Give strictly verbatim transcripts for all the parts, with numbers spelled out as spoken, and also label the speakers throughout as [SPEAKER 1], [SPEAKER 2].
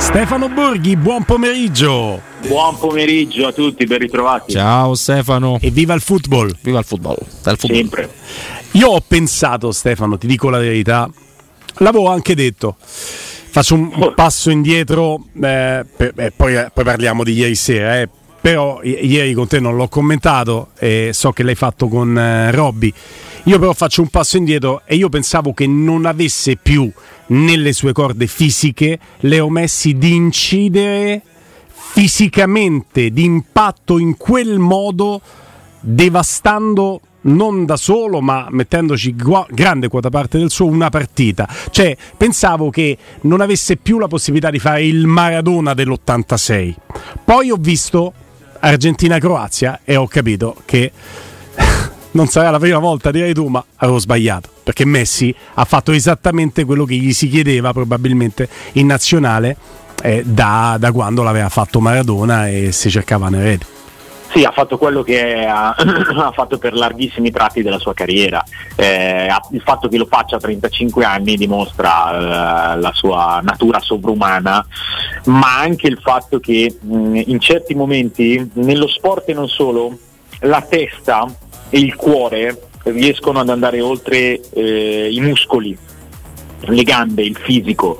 [SPEAKER 1] Stefano Borghi, buon pomeriggio.
[SPEAKER 2] Buon pomeriggio a tutti, ben ritrovati.
[SPEAKER 3] Ciao Stefano.
[SPEAKER 1] E viva il football.
[SPEAKER 3] Viva il football. Dal football.
[SPEAKER 2] Sempre.
[SPEAKER 1] Io ho pensato, Stefano, ti dico la verità, l'avevo anche detto, faccio un, un passo indietro eh, per, eh, poi, eh, poi parliamo di ieri sera, eh. Però i- ieri con te non l'ho commentato e so che l'hai fatto con eh, Robby. Io però faccio un passo indietro e io pensavo che non avesse più nelle sue corde fisiche Leo Messi di incidere fisicamente, di impatto in quel modo, devastando non da solo ma mettendoci gua- grande quota parte del suo una partita. Cioè pensavo che non avesse più la possibilità di fare il Maradona dell'ottantasei. Poi ho visto Argentina-Croazia e ho capito che non sarà la prima volta, direi tu, ma avevo sbagliato, perché Messi ha fatto esattamente quello che gli si chiedeva probabilmente in nazionale eh, da, da quando l'aveva fatto Maradona e si cercava una rete.
[SPEAKER 2] Sì, ha fatto quello che ha, ha fatto per larghissimi tratti della sua carriera. Eh, il fatto che lo faccia a trentacinque anni dimostra eh, la sua natura sovrumana, ma anche il fatto che mh, in certi momenti, nello sport e non solo, la testa e il cuore riescono ad andare oltre eh, i muscoli, le gambe, il fisico.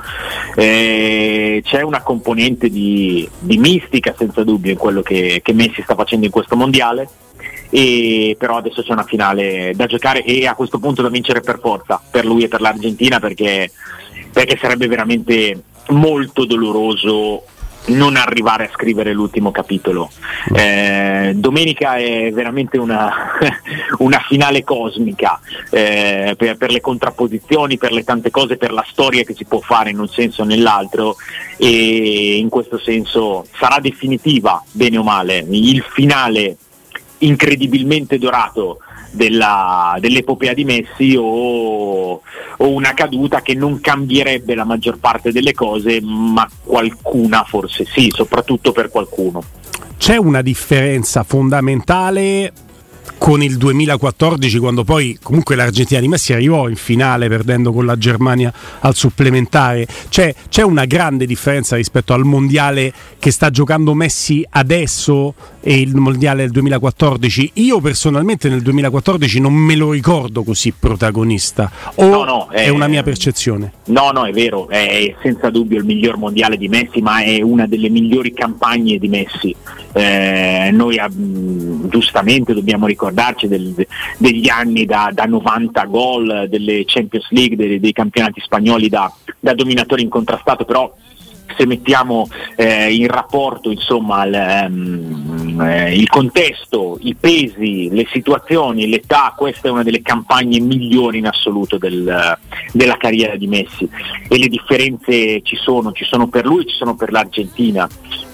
[SPEAKER 2] Eh, c'è una componente di, di mistica senza dubbio in quello che, che Messi sta facendo in questo mondiale, e però adesso c'è una finale da giocare e a questo punto da vincere per forza, per lui e per l'Argentina, perché, perché sarebbe veramente molto doloroso non arrivare a scrivere l'ultimo capitolo. Eh, domenica è veramente una, una finale cosmica eh, per, per le contrapposizioni, per le tante cose, per la storia che si può fare in un senso o nell'altro, e in questo senso sarà definitiva, bene o male, il finale incredibilmente dorato della, dell'epopea di Messi, o, o una caduta che non cambierebbe la maggior parte delle cose, ma qualcuna forse sì, soprattutto per qualcuno.
[SPEAKER 1] C'è una differenza fondamentale con il duemilaquattordici, quando poi comunque l'Argentina di Messi arrivò in finale perdendo con la Germania al supplementare. C'è, c'è una grande differenza rispetto al mondiale che sta giocando Messi adesso e il mondiale del duemilaquattordici. Io personalmente nel duemilaquattordici non me lo ricordo così protagonista, o
[SPEAKER 2] no, no, è,
[SPEAKER 1] è una mia percezione?
[SPEAKER 2] No, no, è vero, è senza dubbio il miglior mondiale di Messi, ma è una delle migliori campagne di Messi. Eh, noi mh, giustamente dobbiamo ricordarci del, degli anni da, da novanta gol, delle Champions League, dei, dei campionati spagnoli da, da dominatore incontrastato, però se mettiamo eh, in rapporto insomma il, um, eh, il contesto, i pesi, le situazioni, l'età, questa è una delle campagne migliori in assoluto del, della carriera di Messi, e le differenze ci sono, ci sono per lui, ci sono per l'Argentina.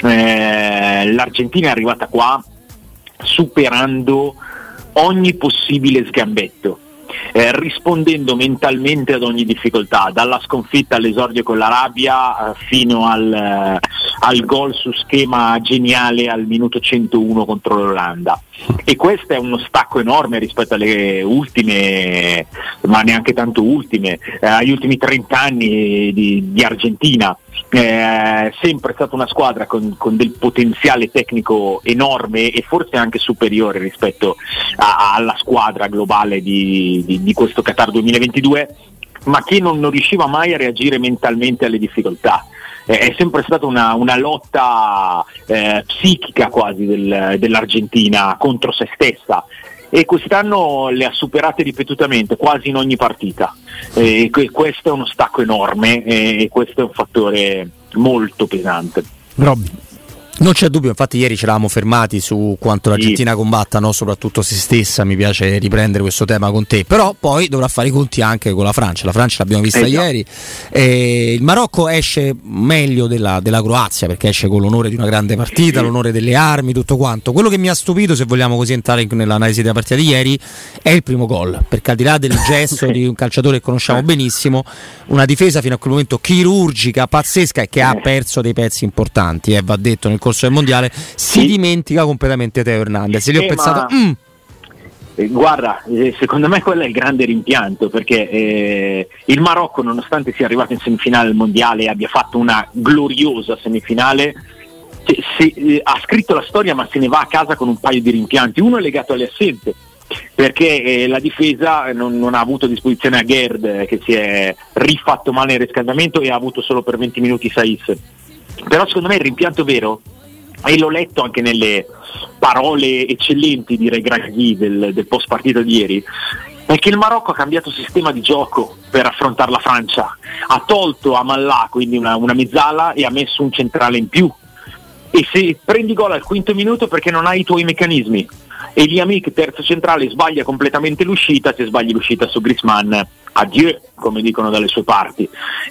[SPEAKER 2] Eh, l'Argentina è arrivata qua superando ogni possibile sgambetto, Eh, rispondendo mentalmente ad ogni difficoltà, dalla sconfitta all'esordio con l'Arabia eh, fino al, eh, al gol su schema geniale al minuto centouno contro l'Olanda. E questo è uno stacco enorme rispetto alle ultime, ma neanche tanto ultime, eh, agli ultimi trenta anni di, di Argentina. Eh, sempre stata una squadra con, con del potenziale tecnico enorme e forse anche superiore rispetto a, alla squadra globale di, di, di questo Qatar duemilaventidue, ma che non, non riusciva mai a reagire mentalmente alle difficoltà. Eh, è sempre stata una, una lotta eh, psichica quasi del, dell'Argentina contro se stessa, e quest'anno le ha superate ripetutamente, quasi in ogni partita. E questo è uno stacco enorme, e questo è un fattore molto pesante.
[SPEAKER 1] Robby.
[SPEAKER 3] Non c'è dubbio, infatti ieri ci eravamo fermati su quanto l'Argentina
[SPEAKER 2] sì.
[SPEAKER 3] combatta, no? Soprattutto se stessa, mi piace riprendere questo tema con te, però poi dovrà fare i conti anche con la Francia, la Francia l'abbiamo vista eh, ieri, e il Marocco esce meglio della, della Croazia, perché esce con l'onore di una grande partita, sì. l'onore delle armi, tutto quanto. Quello che mi ha stupito, se vogliamo così entrare nell'analisi della partita di ieri, è il primo gol, perché al di là del gesto di un calciatore che conosciamo benissimo, una difesa fino a quel momento chirurgica, pazzesca, e che ha perso dei pezzi importanti, eh, va detto, nel corso del mondiale, si
[SPEAKER 2] sì.
[SPEAKER 3] dimentica completamente Teo Hernandez. E lì ho
[SPEAKER 2] eh,
[SPEAKER 3] pensato
[SPEAKER 2] ma...
[SPEAKER 3] mm.
[SPEAKER 2] Eh, guarda, eh, secondo me quello è il grande rimpianto, perché eh, il Marocco, nonostante sia arrivato in semifinale al mondiale e abbia fatto una gloriosa semifinale, se, se, eh, ha scritto la storia, ma se ne va a casa con un paio di rimpianti. Uno è legato alle assenze, perché eh, la difesa non, non ha avuto a disposizione a Gerd, eh, che si è rifatto male nel riscaldamento e ha avuto solo per venti minuti Saiss. Però secondo me il rimpianto vero, e l'ho letto anche nelle parole eccellenti di Regragui del, del post partita di ieri, è che il Marocco ha cambiato sistema di gioco per affrontare la Francia, ha tolto Amallah, quindi una, una mezzala, e ha messo un centrale in più, e se prendi gol al quinto minuto perché non hai i tuoi meccanismi, e Liamik, terzo centrale, sbaglia completamente l'uscita, se sbagli l'uscita su Griezmann, adieu, come dicono dalle sue parti.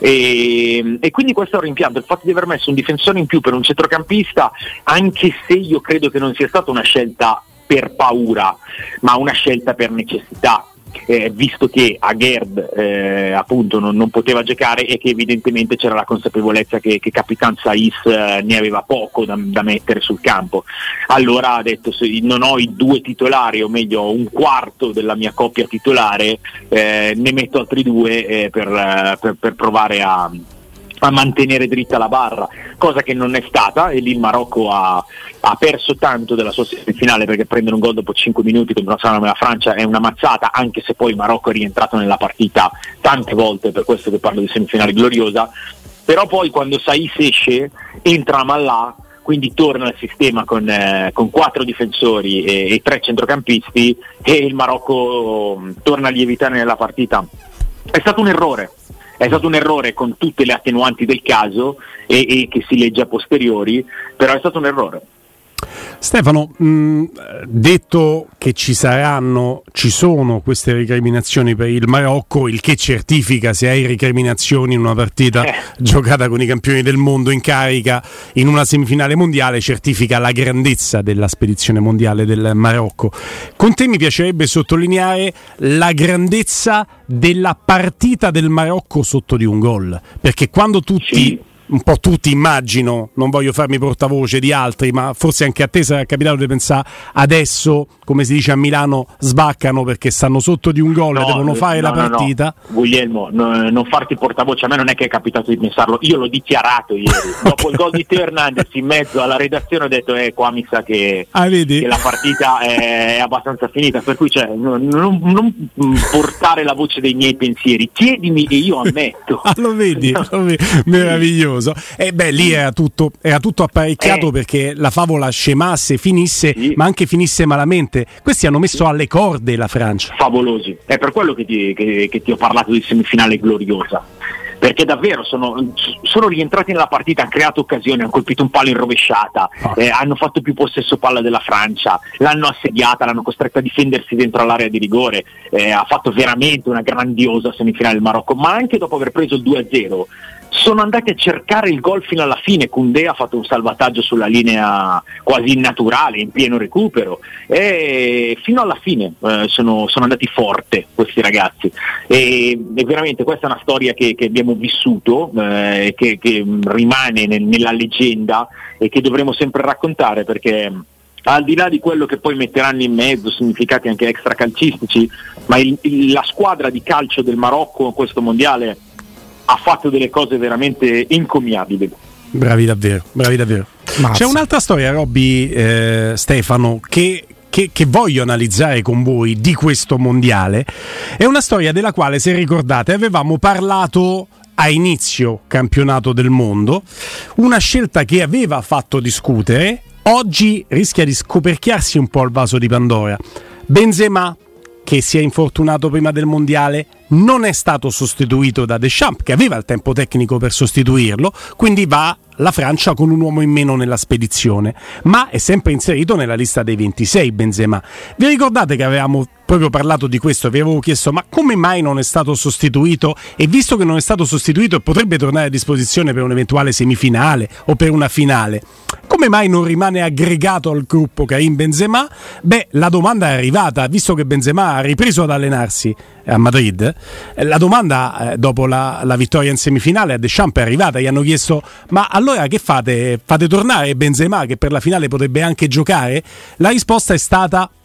[SPEAKER 2] E, e quindi questo è un rimpianto, il fatto di aver messo un difensore in più per un centrocampista, anche se io credo che non sia stata una scelta per paura, ma una scelta per necessità. Eh, visto che a Gerd eh, appunto non, non poteva giocare, e che evidentemente c'era la consapevolezza che, che Capitan Saiss eh, ne aveva poco da, da mettere sul campo, allora ha detto: se non ho i due titolari, o meglio un quarto della mia coppia titolare, eh, ne metto altri due eh, per, per, per provare a a mantenere dritta la barra, cosa che non è stata, e lì il Marocco ha, ha perso tanto della sua semifinale, perché prendere un gol dopo cinque minuti contro la Francia è una mazzata, anche se poi il Marocco è rientrato nella partita tante volte, per questo che parlo di semifinale gloriosa. Però poi quando Saiss esce, entra Amallah, quindi torna al sistema con, eh, con quattro difensori e, e tre centrocampisti, e il Marocco torna a lievitare nella partita. È stato un errore. È stato un errore con tutte le attenuanti del caso e, e che si legge a posteriori, però è stato un errore.
[SPEAKER 1] Stefano, mh, detto che ci saranno, ci sono queste recriminazioni per il Marocco, il che certifica, se hai recriminazioni in una partita eh. giocata con i campioni del mondo in carica in una semifinale mondiale, certifica la grandezza della spedizione mondiale del Marocco. Con te mi piacerebbe sottolineare la grandezza della partita del Marocco sotto di un gol, perché quando tutti... Sì. un po' tutti, immagino, non voglio farmi portavoce di altri, ma forse anche a te sarà capitato di pensare: adesso, come si dice a Milano, sbaccano perché stanno sotto di un gol no, e devono fare no, la partita.
[SPEAKER 2] No, no. Guglielmo, no, non farti portavoce, a me non è che è capitato di pensarlo, io l'ho dichiarato ieri. Dopo il gol di Teo Hernandez in mezzo alla redazione ho detto eh qua mi sa che,
[SPEAKER 1] ah, vedi?
[SPEAKER 2] che la partita è abbastanza finita, per cui cioè, non, non, non portare la voce dei miei pensieri, chiedimi e io ammetto.
[SPEAKER 1] Ah, lo vedi? No. Lo vedi? Meraviglioso. E eh beh, lì era tutto, era tutto apparecchiato eh. perché la favola scemasse, finisse, sì. ma anche finisse malamente. Questi hanno messo alle corde la Francia.
[SPEAKER 2] Favolosi, è per quello che ti, che, che ti ho parlato di semifinale gloriosa, perché davvero sono, sono rientrati nella partita, hanno creato occasioni, hanno colpito un palo in rovesciata, oh. eh, hanno fatto più possesso palla della Francia, l'hanno assediata, l'hanno costretta a difendersi dentro l'area di rigore, eh, ha fatto veramente una grandiosa semifinale il Marocco, ma anche dopo aver preso il due a zero sono andati a cercare il gol fino alla fine. Koundé ha fatto un salvataggio sulla linea quasi innaturale, in pieno recupero, e fino alla fine eh, sono, sono andati forte questi ragazzi, e, e veramente questa è una storia che, che abbiamo vissuto, eh, che, che rimane nel, nella leggenda e che dovremo sempre raccontare, perché al di là di quello che poi metteranno in mezzo significati anche extracalcistici, ma il, il, la squadra di calcio del Marocco in questo mondiale ha fatto delle cose veramente incommiabili.
[SPEAKER 1] Bravi davvero, bravi davvero. Mazza. C'è un'altra storia, Robby, eh, Stefano, che, che, che voglio analizzare con voi di questo mondiale. È una storia della quale, se ricordate, avevamo parlato a inizio campionato del mondo, una scelta che aveva fatto discutere, oggi rischia di scoperchiarsi un po' il vaso di Pandora. Benzema, che si è infortunato prima del mondiale, non è stato sostituito da Deschamps, che aveva il tempo tecnico per sostituirlo, quindi va la Francia con un uomo in meno nella spedizione, ma è sempre inserito nella lista dei ventisei Benzema. Vi ricordate che avevamo proprio parlato di questo, vi avevo chiesto ma come mai non è stato sostituito, e visto che non è stato sostituito e potrebbe tornare a disposizione per un'eventuale semifinale o per una finale, come mai non rimane aggregato al gruppo Karim Benzema? Beh, la domanda è arrivata, visto che Benzema ha ripreso ad allenarsi a Madrid, la domanda eh, dopo la, la vittoria in semifinale a Deschamps è arrivata, gli hanno chiesto ma allora che fate? Fate tornare Benzema che per la finale potrebbe anche giocare? La risposta è stata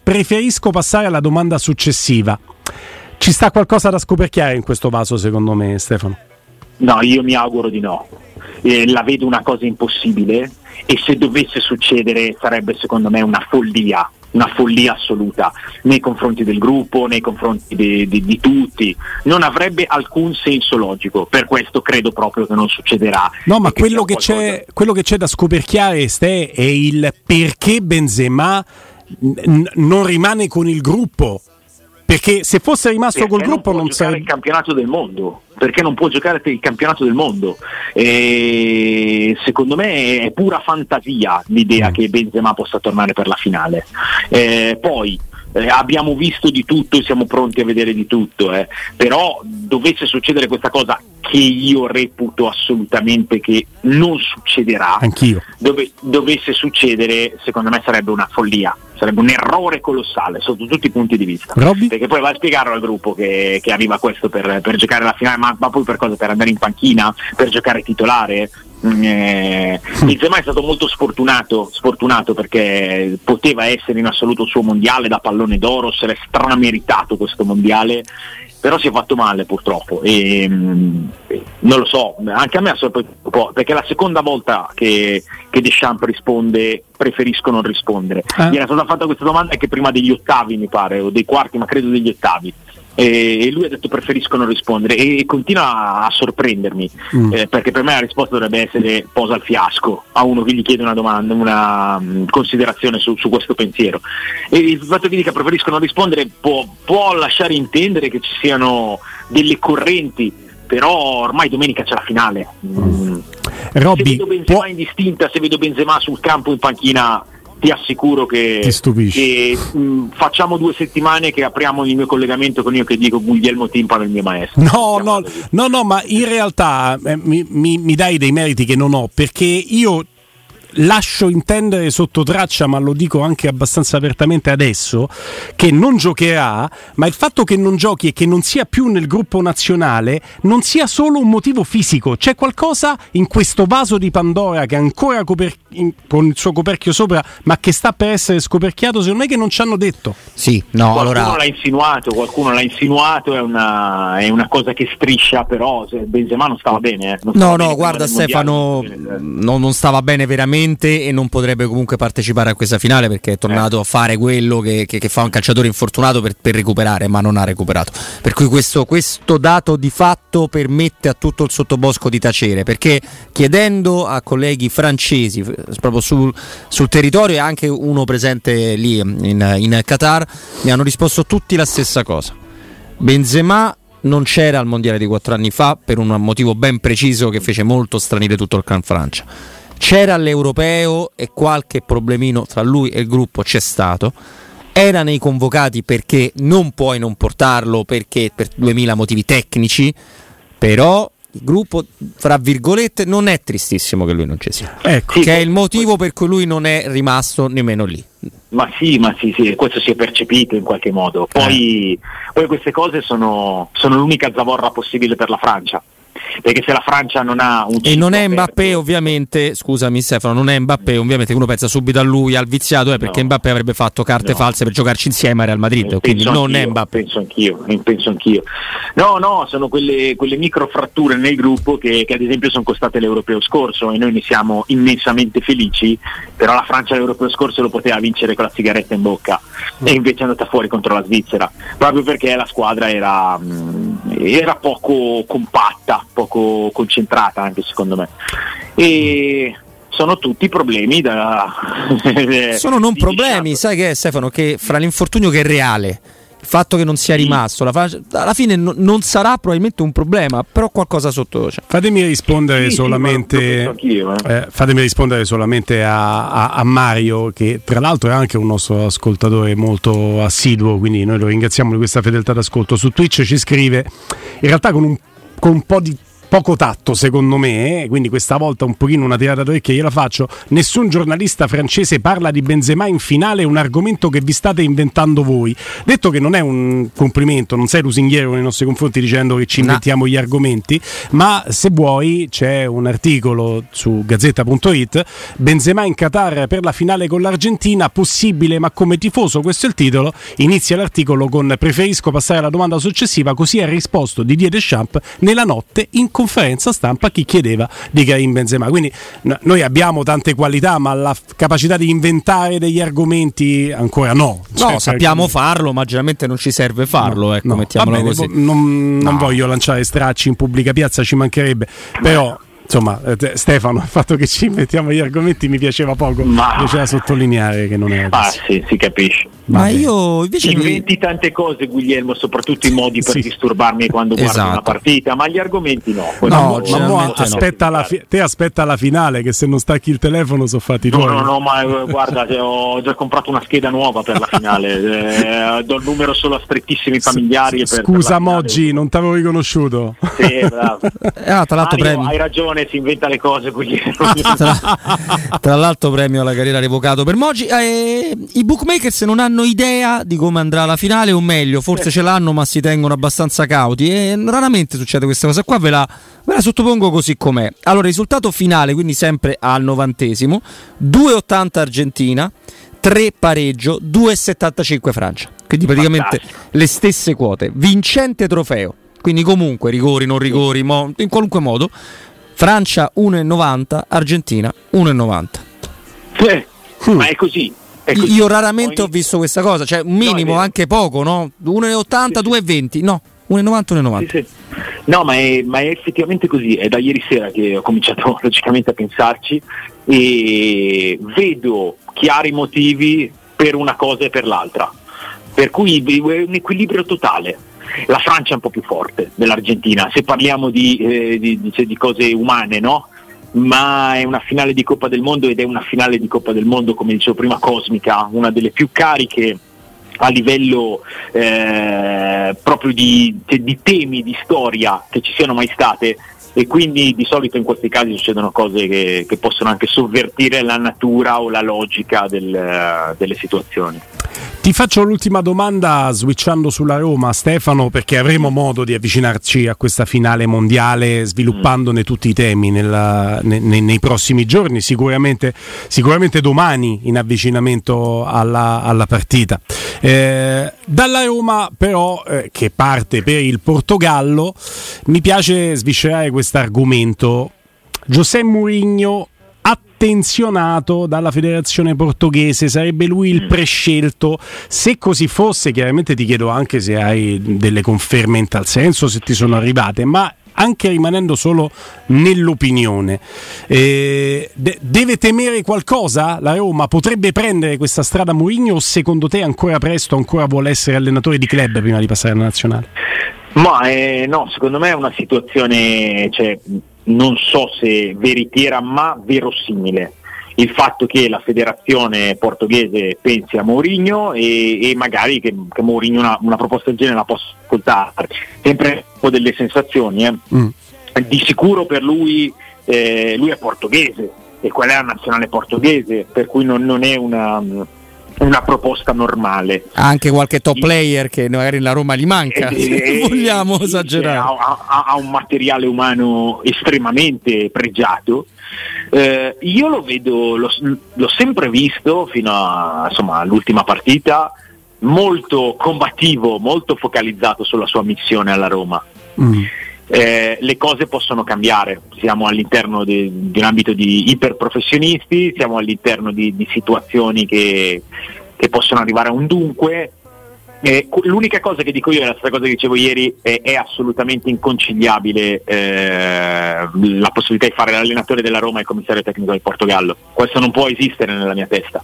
[SPEAKER 1] preferisco passare alla domanda successiva. Ci sta qualcosa da scoperchiare in questo vaso, secondo me, Stefano?
[SPEAKER 2] No, io mi auguro di no. Eh, la vedo una cosa impossibile, e se dovesse succedere sarebbe secondo me una follia, una follia assoluta nei confronti del gruppo, nei confronti di, di, di tutti. Non avrebbe alcun senso logico, per questo credo proprio che non succederà.
[SPEAKER 1] No, ma quello che, c'è, quello che c'è da scoperchiare, Ste, è il perché Benzema n- non rimane con il gruppo. Perché se fosse rimasto
[SPEAKER 2] perché
[SPEAKER 1] col gruppo non,
[SPEAKER 2] non può giocare
[SPEAKER 1] sarebbe
[SPEAKER 2] il campionato del mondo, perché non può giocare il campionato del mondo. E secondo me è pura fantasia l'idea mm. che Benzema possa tornare per la finale. Eh, poi eh, abbiamo visto di tutto e siamo pronti a vedere di tutto, eh. Però dovesse succedere questa cosa, che io reputo assolutamente che non succederà,
[SPEAKER 1] anch'io.
[SPEAKER 2] Dove, dovesse succedere, secondo me sarebbe una follia, sarebbe un errore colossale sotto tutti i punti di vista.
[SPEAKER 1] Robby?
[SPEAKER 2] Perché poi va a spiegarlo al gruppo che, che arriva questo per, per giocare la finale, ma, ma poi per cosa? Per andare in panchina? Per giocare titolare? Eh, Benzema è stato molto sfortunato sfortunato perché poteva essere in assoluto il suo mondiale da pallone d'oro, se l'è strameritato questo mondiale, però si è fatto male purtroppo e mh, non lo so, anche a me ha sorpreso un po', perché è la seconda volta che, che Deschamps risponde preferisco non rispondere. eh. Gli era stata fatta questa domanda anche prima degli ottavi, mi pare, o dei quarti, ma credo degli ottavi, e lui ha detto preferisco non rispondere, e continua a sorprendermi, mm. eh, perché per me la risposta dovrebbe essere posa il fiasco a uno che gli chiede una domanda, una um, considerazione su, su questo pensiero. E il fatto che dica preferisco non rispondere può, può lasciare intendere che ci siano delle correnti, però ormai domenica c'è la finale. mm.
[SPEAKER 1] Robby,
[SPEAKER 2] se vedo Benzema
[SPEAKER 1] può...
[SPEAKER 2] indistinta, se vedo Benzema sul campo in panchina, ti assicuro che,
[SPEAKER 1] ti stupisci.
[SPEAKER 2] che mh, facciamo due settimane che apriamo il mio collegamento con io che dico Guglielmo Timpano il mio maestro.
[SPEAKER 1] No, no, no, no, ma in realtà eh, mi, mi, mi dai dei meriti che non ho, perché io lascio intendere sotto traccia, ma lo dico anche abbastanza apertamente adesso, che non giocherà, ma il fatto che non giochi e che non sia più nel gruppo nazionale non sia solo un motivo fisico. C'è qualcosa in questo vaso di Pandora che è ancora coper- in, con il suo coperchio sopra, ma che sta per essere scoperchiato, secondo me, che non ci hanno detto.
[SPEAKER 3] Sì, no,
[SPEAKER 2] qualcuno
[SPEAKER 3] allora...
[SPEAKER 2] l'ha insinuato, qualcuno l'ha insinuato, è una, è una cosa che striscia, però Benzema non stava bene. Eh. Non stava
[SPEAKER 3] no,
[SPEAKER 2] bene
[SPEAKER 3] no, guarda Stefano,
[SPEAKER 2] mondiale,
[SPEAKER 3] non, non stava bene veramente e non potrebbe comunque partecipare a questa finale perché è tornato eh. a fare quello che, che, che fa un calciatore infortunato per, per recuperare, ma non ha recuperato, per cui questo, questo dato di fatto permette a tutto il sottobosco di tacere, perché chiedendo a colleghi francesi proprio sul, sul territorio e anche uno presente lì in, in Qatar mi hanno risposto tutti la stessa cosa: Benzema non c'era al mondiale di quattro anni fa per un motivo ben preciso che fece molto stranire tutto il Clan Francia. C'era all'europeo e qualche problemino tra lui e il gruppo c'è stato. Era nei convocati perché non puoi non portarlo, perché per duemila motivi tecnici, però il gruppo, fra virgolette, non è tristissimo che lui non ci sia. Ecco, che è il motivo per cui lui non è rimasto nemmeno lì.
[SPEAKER 2] Ma sì, ma sì, sì, questo si è percepito in qualche modo. Poi, eh. poi queste cose sono, sono l'unica zavorra possibile per la Francia. Perché se la Francia non ha un
[SPEAKER 3] e non è Mbappé
[SPEAKER 2] aperto,
[SPEAKER 3] ovviamente, scusami Stefano, non è Mbappé ovviamente, uno pensa subito a lui, al viziato, è perché no. Mbappé avrebbe fatto carte no. false per giocarci insieme a Real Madrid, eh, quindi non è Mbappé.
[SPEAKER 2] Penso anch'io, penso anch'io. No, no, sono quelle, quelle micro fratture nel gruppo che, che ad esempio sono costate l'Europeo scorso e noi ne siamo immensamente felici, però la Francia l'Europeo scorso lo poteva vincere con la sigaretta in bocca mm. e invece è andata fuori contro la Svizzera, proprio perché la squadra era, era poco compatta, poco concentrata anche secondo me, e sono tutti problemi da
[SPEAKER 3] sono non problemi, sai che è, Stefano, che fra l'infortunio che è reale, il fatto che non sia rimasto la Francia, alla fine no, non sarà probabilmente un problema, però qualcosa sotto c'è.
[SPEAKER 1] Fatemi rispondere sì, solamente sì, io, eh. Eh, fatemi rispondere solamente a, a, a Mario, che tra l'altro è anche un nostro ascoltatore molto assiduo, quindi noi lo ringraziamo di questa fedeltà d'ascolto. Su Twitch ci scrive in realtà con un, con un po' di poco tatto secondo me, eh? Quindi questa volta un pochino una tirata d'orecchie gliela faccio. Nessun giornalista francese parla di Benzema in finale, è un argomento che vi state inventando voi. Detto che non è un complimento, non sei lusinghiero nei nostri confronti dicendo che ci inventiamo no. gli argomenti, ma se vuoi c'è un articolo su gazzetta punto it, Benzema in Qatar per la finale con l'Argentina, possibile ma come tifoso, questo è il titolo. Inizia l'articolo con preferisco passare alla domanda successiva, così ha risposto Didier Deschamps nella notte in conferenza stampa chi chiedeva di Karim Benzema. Quindi no, noi abbiamo tante qualità, ma la f- capacità di inventare degli argomenti ancora no.
[SPEAKER 3] Cioè, no, sappiamo
[SPEAKER 1] perché...
[SPEAKER 3] farlo, ma generalmente non ci serve farlo,
[SPEAKER 1] no,
[SPEAKER 3] ecco,
[SPEAKER 1] no.
[SPEAKER 3] mettiamolo
[SPEAKER 1] bene,
[SPEAKER 3] così.
[SPEAKER 1] Non, non
[SPEAKER 3] no.
[SPEAKER 1] voglio lanciare stracci in pubblica piazza, ci mancherebbe, però insomma, eh, Stefano, il fatto che ci inventiamo gli argomenti mi piaceva poco,
[SPEAKER 2] ma...
[SPEAKER 1] mi piaceva sottolineare che non è
[SPEAKER 2] ah sì, si capisce.
[SPEAKER 3] Ma Vabbè. io invece
[SPEAKER 2] inventi
[SPEAKER 3] mi...
[SPEAKER 2] tante cose, Guglielmo, soprattutto i modi per
[SPEAKER 1] sì.
[SPEAKER 2] disturbarmi quando
[SPEAKER 3] esatto.
[SPEAKER 2] guardo una partita, ma gli argomenti no.
[SPEAKER 1] No, ma mo aspetta no. la fi- te aspetta la finale, che se non stacchi il telefono sono fatti tuoi.
[SPEAKER 2] No, no, no, ma eh, guarda, ho già comprato una scheda nuova per la finale, eh, do il numero solo a strettissimi familiari.
[SPEAKER 1] S- per, scusa per Moggi, non t'avevo riconosciuto.
[SPEAKER 2] Sì, bravo.
[SPEAKER 3] Ah, tra l'altro
[SPEAKER 2] Mario,
[SPEAKER 3] premio.
[SPEAKER 2] hai ragione, si inventa le cose.
[SPEAKER 3] tra, tra l'altro premio alla carriera revocato per Moggi. Eh, I bookmakers non hanno idea di come andrà la finale, o meglio forse eh. ce l'hanno ma si tengono abbastanza cauti, e raramente succede questa cosa qua. Ve la, ve la sottopongo così com'è. Allora, risultato finale, quindi sempre al novantesimo, due virgola ottanta Argentina, tre pareggio, due virgola settantacinque Francia, quindi praticamente Fantastico. Le stesse quote, vincente trofeo, quindi comunque rigori, non rigori, mo, in qualunque modo. Francia uno virgola novanta, Argentina uno virgola novanta.
[SPEAKER 2] Eh, mm. Ma è così, è così.
[SPEAKER 3] Io raramente ho visto questa cosa, cioè un minimo, no, anche poco, no? uno virgola ottanta, sì, due virgola venti, no, uno virgola novanta, uno virgola novanta.
[SPEAKER 2] Sì, sì. No, ma è, ma è effettivamente così, è da ieri sera che ho cominciato logicamente a pensarci e vedo chiari motivi per una cosa e per l'altra, per cui è un equilibrio totale. La Francia è un po' più forte dell'Argentina, se parliamo di, eh, di, di, di cose umane, no? Ma è una finale di Coppa del Mondo ed è una finale di Coppa del Mondo, come dicevo prima, cosmica, una delle più cariche a livello eh, proprio di, di temi, di storia che ci siano mai state, e quindi di solito in questi casi succedono cose che, che possono anche sovvertire la natura o la logica del, delle situazioni.
[SPEAKER 1] Ti faccio l'ultima domanda switchando sulla Roma, Stefano, perché avremo modo di avvicinarci a questa finale mondiale sviluppandone tutti i temi nella, ne, ne, nei prossimi giorni, sicuramente, sicuramente domani in avvicinamento alla, alla partita. Eh, dalla Roma però, eh, che parte per il Portogallo, mi piace sviscerare questo argomento. José Mourinho attenzionato dalla federazione portoghese, sarebbe lui il prescelto? Se così fosse, chiaramente ti chiedo anche se hai delle conferme in tal senso, se ti sono arrivate, ma anche rimanendo solo nell'opinione, eh, de- deve temere qualcosa la Roma? Potrebbe prendere questa strada Mourinho, o secondo te ancora presto, ancora vuole essere allenatore di club prima di passare alla nazionale?
[SPEAKER 2] Ma eh, no, secondo me è una situazione, cioè, non so se veritiera ma verosimile, il fatto che la federazione portoghese pensi a Mourinho e, e magari che, che Mourinho una, una proposta del genere la possa ascoltare, sempre un po' delle sensazioni, eh. mm. Di sicuro per lui, eh, lui è portoghese e quella è la nazionale portoghese, per cui non, non è una, una proposta normale.
[SPEAKER 3] Anche qualche top player che magari la Roma gli manca,
[SPEAKER 2] eh,
[SPEAKER 3] se vogliamo esagerare.
[SPEAKER 2] Ha, ha, ha un materiale umano estremamente pregiato. Eh, io lo vedo, lo, l'ho sempre visto fino a, insomma, all'ultima partita, molto combattivo, molto focalizzato sulla sua missione alla Roma. Mm. Eh, le cose possono cambiare, siamo all'interno di, di un ambito di iperprofessionisti, siamo all'interno di, di situazioni che, che possono arrivare a un dunque. Eh, l'unica cosa che dico io è la stessa cosa che dicevo ieri, è, è assolutamente inconciliabile eh, la possibilità di fare l'allenatore della Roma e il commissario tecnico del Portogallo. Questo non può esistere nella mia testa,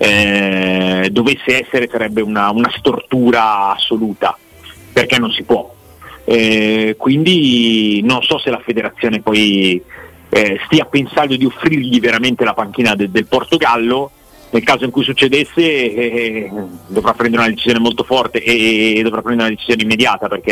[SPEAKER 2] eh, dovesse essere sarebbe una, una stortura assoluta, perché non si può. Eh, quindi non so se la federazione poi eh, stia pensando di offrirgli veramente la panchina de- del Portogallo. Nel caso in cui succedesse eh, dovrà prendere una decisione molto forte e, e dovrà prendere una decisione immediata, perché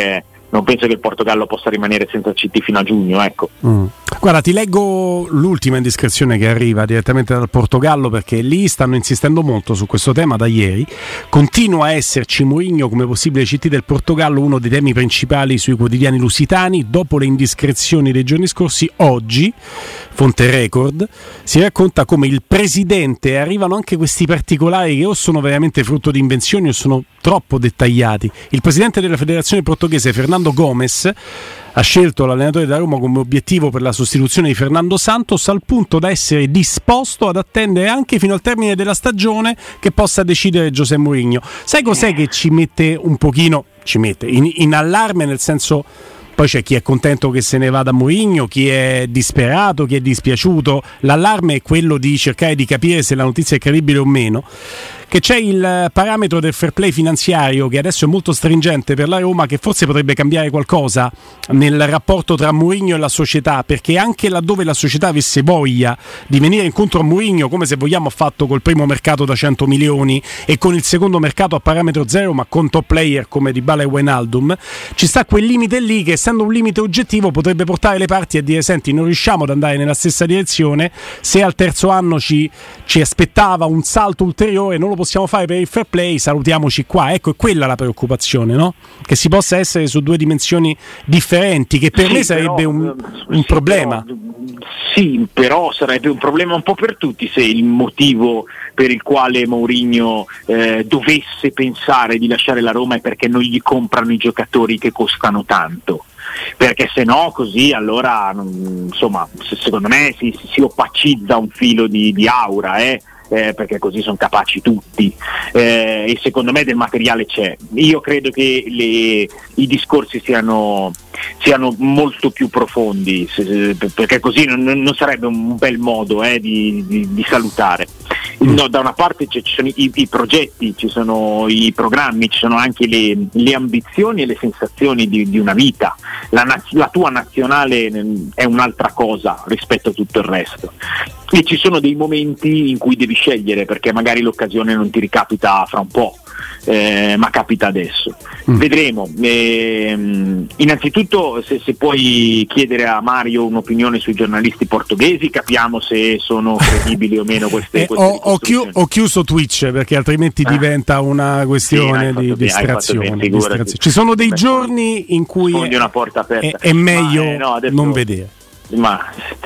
[SPEAKER 2] non penso che il Portogallo possa rimanere senza C T fino a giugno, ecco.
[SPEAKER 1] Mm. Guarda, ti leggo l'ultima indiscrezione che arriva direttamente dal Portogallo, perché lì stanno insistendo molto su questo tema da ieri. Continua a esserci Mourinho come possibile C T del Portogallo, uno dei temi principali sui quotidiani lusitani. Dopo le indiscrezioni dei giorni scorsi, oggi, fonte Record, si racconta come il presidente, arrivano anche questi particolari che o sono veramente frutto di invenzioni o sono troppo dettagliati. Il presidente della federazione portoghese, Fernando Gomes, ha scelto l'allenatore della Roma come obiettivo per la sostituzione di Fernando Santos, al punto da essere disposto ad attendere anche fino al termine della stagione che possa decidere José Mourinho. Sai cos'è che ci mette un pochino, ci mette in, in allarme, nel senso, poi c'è chi è contento che se ne vada Mourinho, chi è disperato, chi è dispiaciuto. L'allarme è quello di cercare di capire se la notizia è credibile o meno, che c'è il parametro del fair play finanziario che adesso è molto stringente per la Roma, che forse potrebbe cambiare qualcosa nel rapporto tra Mourinho e la società, perché anche laddove la società avesse voglia di venire incontro a Mourinho, come se vogliamo ha fatto col primo mercato da cento milioni e con il secondo mercato a parametro zero ma con top player come Dybala e Wijnaldum, ci sta quel limite lì che, essendo un limite oggettivo, potrebbe portare le parti a dire: senti, non riusciamo ad andare nella stessa direzione, se al terzo anno ci, ci aspettava un salto ulteriore non lo possiamo fare per il fair play, salutiamoci qua. Ecco, è quella la preoccupazione, no? Che si possa essere su due dimensioni differenti, che per sì, me sarebbe però, un, un sì, problema.
[SPEAKER 2] Però, sì, però sarebbe un problema un po' per tutti se il motivo per il quale Mourinho eh, dovesse pensare di lasciare la Roma è perché non gli comprano i giocatori che costano tanto. Perché se no così allora insomma secondo me si, si opacizza un filo di, di aura, eh? Eh, perché così sono capaci tutti, eh, e secondo me del materiale c'è. Io credo che le, i discorsi siano, siano molto più profondi, se, perché così non, non sarebbe un bel modo eh, di, di, di salutare. No, da una parte ci sono i, i progetti, ci sono i programmi, ci sono anche le, le ambizioni e le sensazioni di, di una vita. La, la tua nazionale è un'altra cosa rispetto a tutto il resto, e ci sono dei momenti in cui devi scegliere, perché magari l'occasione non ti ricapita fra un po', eh, ma capita adesso. Mm. Vedremo. Eh, innanzitutto se, se puoi chiedere a Mario un'opinione sui giornalisti portoghesi, capiamo se sono credibili o meno queste,
[SPEAKER 1] eh,
[SPEAKER 2] queste
[SPEAKER 1] ho, ho, chiu- ho chiuso Twitch perché altrimenti ah. diventa una questione sì, di distrazione, bene, distrazione. Ci sono dei Beh, giorni in cui è,
[SPEAKER 2] una porta aperta.
[SPEAKER 1] È, è meglio
[SPEAKER 2] ma, eh, no, adesso...
[SPEAKER 1] non vedere.
[SPEAKER 2] Ma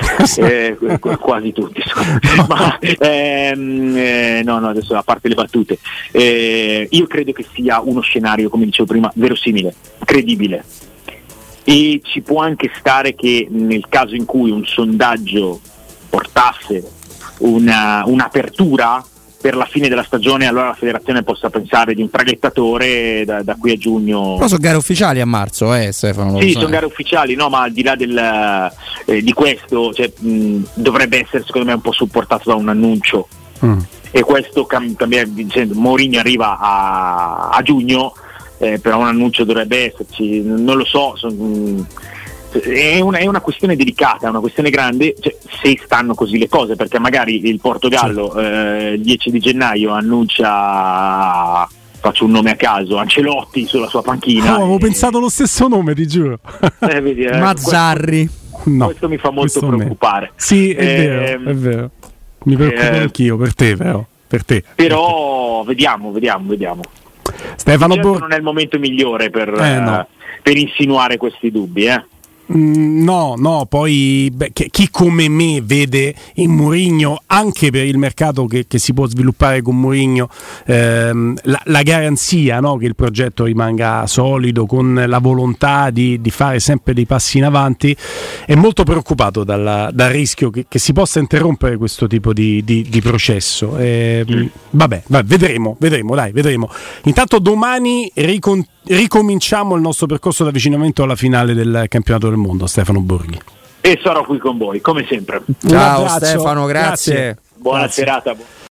[SPEAKER 2] eh, quasi tutti no. ma, ehm, eh, no no adesso a parte le battute, eh, io credo che sia uno scenario, come dicevo prima, verosimile, credibile, e ci può anche stare che nel caso in cui un sondaggio portasse una, un'apertura per la fine della stagione, allora la federazione possa pensare di un traghettatore da, da qui a giugno.
[SPEAKER 3] Però sono gare ufficiali a marzo, eh Stefano?
[SPEAKER 2] Sì,
[SPEAKER 3] so.
[SPEAKER 2] sono gare ufficiali, no, ma al di là del, eh, di questo, cioè, mh, dovrebbe essere secondo me un po' supportato da un annuncio. Mm. E questo cam- cambia, dicendo, Mourinho arriva a, a giugno, eh, però un annuncio dovrebbe esserci, non lo so, son, È una, è una questione delicata, è una questione grande, cioè, se stanno così le cose, perché magari il Portogallo sì. eh, il dieci di gennaio annuncia, faccio un nome a caso, Ancelotti sulla sua panchina.
[SPEAKER 1] Oh, avevo e... pensato lo stesso nome, ti giuro.
[SPEAKER 2] Eh, vedi, eh,
[SPEAKER 3] Mazzarri.
[SPEAKER 2] Questo,
[SPEAKER 1] no,
[SPEAKER 2] questo mi fa molto preoccupare.
[SPEAKER 1] Me. Sì, è eh, vero, è vero. Mi preoccupo eh, anch'io per te, però. Per te.
[SPEAKER 2] Però vediamo, vediamo, vediamo.
[SPEAKER 1] Stefano
[SPEAKER 2] certo
[SPEAKER 1] Bor-
[SPEAKER 2] non è il momento migliore per,
[SPEAKER 1] eh, no.
[SPEAKER 2] uh, per insinuare questi dubbi, eh.
[SPEAKER 1] No, no, poi beh, chi come me vede in Mourinho, anche per il mercato che, che si può sviluppare con Mourinho, ehm, la, la garanzia, no, che il progetto rimanga solido, con la volontà di, di fare sempre dei passi in avanti, è molto preoccupato dalla, dal rischio che, che si possa interrompere questo tipo di, di, di processo. Eh, mm. Vabbè, vabbè, vedremo, vedremo, dai, vedremo. Intanto domani ricon- ricominciamo il nostro percorso di avvicinamento alla finale del campionato del mondo, Stefano Borghi.
[SPEAKER 2] E sarò qui con voi, come sempre.
[SPEAKER 3] Ciao Stefano, grazie.
[SPEAKER 2] grazie. Buona
[SPEAKER 1] grazie.
[SPEAKER 2] serata.